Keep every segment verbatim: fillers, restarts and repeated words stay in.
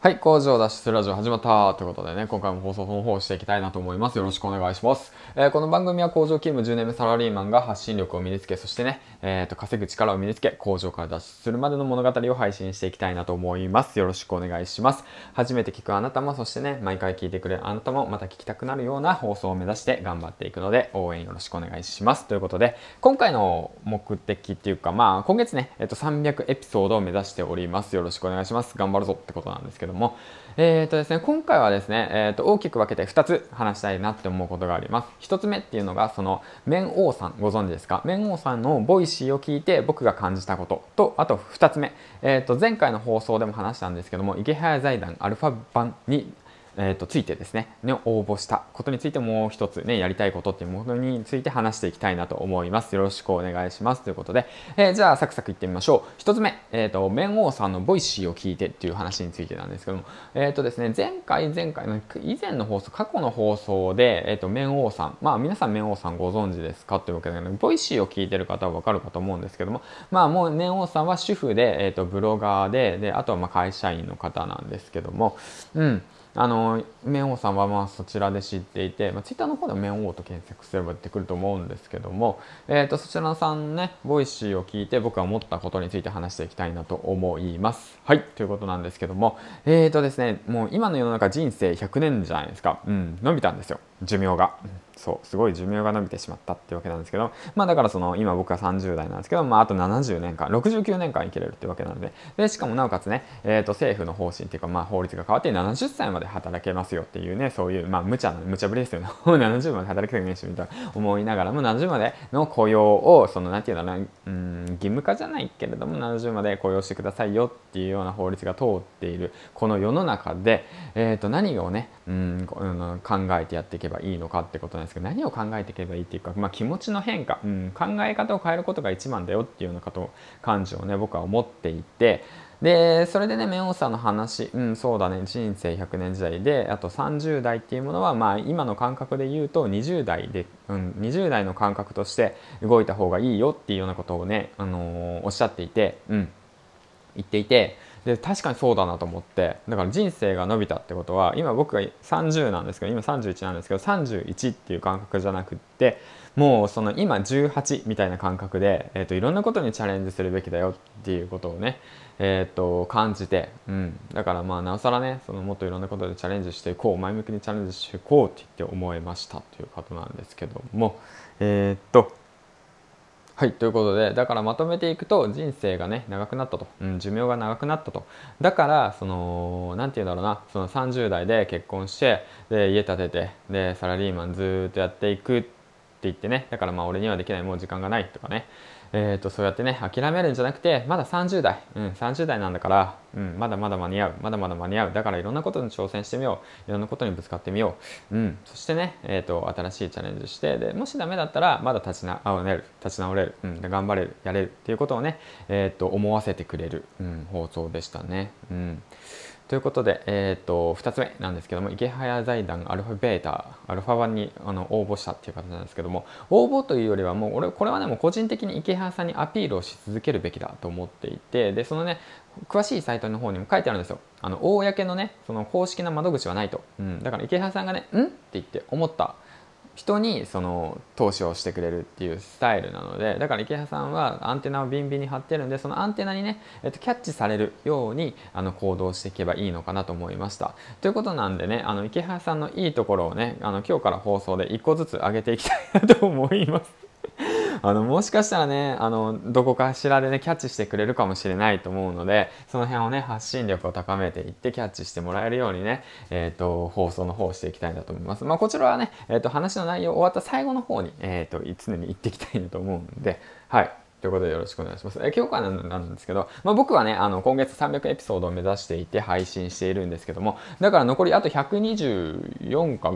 はい、工場脱出ラジオ始まったということでね、今回も放送の方をしていきたいなと思います。よろしくお願いします。えーこの番組は工場勤務じゅうねんめサラリーマンが発信力を身につけ、そしてね、えーと、稼ぐ力を身につけ、工場から脱出するまでの物語を配信していきたいなと思います。よろしくお願いします。初めて聞くあなたも、そしてね、毎回聞いてくれるあなたも、また聞きたくなるような放送を目指して頑張っていくので、応援よろしくお願いします。ということで、今回の目的っていうか、まあ、今月ね、えっと、さんびゃくエピソードを目指しております。よろしくお願いします。頑張るぞってことなんですけども、えーとですね、今回はですね、えーと大きく分けてふたつ話したいなって思うことがあります。ひとつめっていうのが、その、麺王さんご存知ですか？麺王さんのボイシーを聞いて僕が感じたことと、あとふたつめ、えーと前回の放送でも話したんですけども、池早財団アルファ版にえー、とついてですね、ね、応募したことについてもう一つね、やりたいことっていうものについて話していきたいなと思います。よろしくお願いします。ということで、えー、じゃあサクサクいってみましょう。一つ目、えっ、ー、と、麺王さんのボイシーを聞いてっていう話についてなんですけども、えっ、ー、とですね、前回、前回の以前の放送、過去の放送で、えっ、ー、と、麺王さん、まあ皆さん麺王さんご存知ですかっていうわけで、ボイシーを聞いてる方はわかるかと思うんですけども、まあもう麺王さんは主婦で、えっ、ー、と、ブロガーで、で、あとはまあ会社員の方なんですけども、うん。あの麺王さんはまあそちらで知っていて、まあ、ツイッターの方でも麺王と検索すれば出てくると思うんですけども、えー、とそちらさんね、ボイシーを聞いて僕が思ったことについて話していきたいなと思います。はい、ということなんですけども、えーとですね、もう今の世の中人生ひゃくねんじゃないですか。うん、伸びたんですよ、寿命が。そうすごい寿命が伸びてしまったっていうわけなんですけど、まあだからその今僕はさんじゅう代なんですけど、まああとななじゅうねんかんろくじゅうきゅうねんかん生きれるっていうわけなので、でしかもなおかつね、えー、と政府の方針っていうか、まあ法律が変わってななじゅっさいまで働けますよっていうね、そういうまあ無茶な無茶ぶりですよね。ななじゅうまで働きたくないしみたいな思いながらも、ななじゅうまでの雇用をそのなんていうのかな、うん、義務化じゃないけれどもななじゅうまで雇用してくださいよっていうような法律が通っているこの世の中で、えー、と何をね、うん、考えてやっていけばいいのかってことなんですけど、何を考えていけばいいっていうか、まあ、気持ちの変化、うん、考え方を変えることが一番だよっていうようなこと感じをね僕は思っていて、でそれでね麺王さんの話、うんそうだね、人生ひゃくねん時代で、あとさんじゅう代っていうものはまあ今の感覚で言うとにじゅう代で、うん、にじゅう代の感覚として動いた方がいいよっていうようなことをね、あのー、おっしゃっていて、うん言っていて、で確かにそうだなと思って、だから人生が伸びたってことは、今僕がさんじゅうなんですけど、今さんじゅういちなんですけど、さんじゅういちっていう感覚じゃなくって、もうその今じゅうはちみたいな感覚で、えー、といろんなことにチャレンジするべきだよっていうことをね、えー、と感じて、うん、だからまあなおさらね、そのもっといろんなことでチャレンジしていこう、前向きにチャレンジしていこうって言って思えましたということなんですけども、えっ、とはい、ということで、だからまとめていくと、人生がね、長くなったと。うん、寿命が長くなったと。だから、その、なんて言うんだろうな、そのさんじゅう代で結婚して、で、家建てて、で、サラリーマンずーっとやっていくって言ってね、だからまあ俺にはできない、もう時間がないとかね、えーと、そうやってね、諦めるんじゃなくて、まださんじゅう代、うん、さんじゅう代なんだから、うん、まだまだ間に合う、まだまだ間に合う。だからいろんなことに挑戦してみよう。いろんなことにぶつかってみよう。うん、そしてね、えーと、新しいチャレンジして、で、もしダメだったら、まだ立ち直れる、立ち直れる、うん、で頑張れる、やれるっていうことをね、えーと、思わせてくれる、うん、放送でしたね。うん。ということで、えー、とふたつめなんですけども、池早財団アルファベータアルファ版にあの応募したっていう形なんですけども、応募というよりはもう俺これはね、もう個人的に池早さんにアピールをし続けるべきだと思っていて、でそのね詳しいサイトの方にも書いてあるんですよ。あの公のね、その公式な窓口はないと、うん、だから池早さんがね、んって言って思った人にその投資をしてくれるっていうスタイルなので、だから池原さんはアンテナをビンビンに張ってるんで、そのアンテナにね、えっと、キャッチされるようにあの行動していけばいいのかなと思いました。ということなんでね、あの池原さんのいいところをね、あの今日から放送でいっこずつ上げていきたいなと思います。あのもしかしたらね、あのどこかしらでねキャッチしてくれるかもしれないと思うので、その辺をね発信力を高めていってキャッチしてもらえるようにね、えー、と放送の方をしていきたいなと思います。まあこちらはね、えー、と話の内容終わった最後の方に、えー、と常に言っていきたいなと思うんで、はい。ということでよろしくお願いします。え今日からなんですけど、まあ、僕はね、あの今月さんびゃくエピソードを目指していて配信しているんですけども、だから残りあとひゃくにじゅうよんかご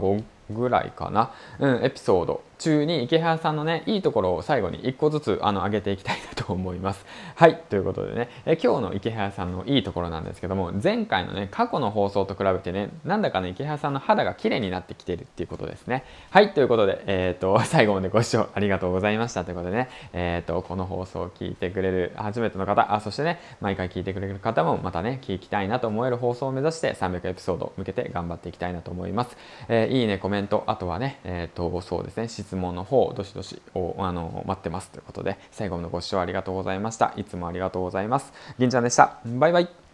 ぐらいかな、うん、エピソード中に池原さんのねいいところを最後にいっこずつあの上げていきたいなと思います。はい、ということでね、え今日の池原さんのいいところなんですけども、前回のね過去の放送と比べてね、なんだかね池原さんの肌が綺麗になってきているっていうことですね。はい、ということで、えー、と最後までご視聴ありがとうございましたということでね、えー、とこの放送を聞いてくれる初めての方、あそしてね毎回聞いてくれる方もまたね聞きたいなと思える放送を目指してさんびゃくエピソード向けて頑張っていきたいなと思います。えー、いいね、コメント、あとはね、えー、とそうですね質問の方どしどしをあの待ってますということで、最後までご視聴ありがとうございました。いつもありがとうございます。銀ちゃんでした。バイバイ。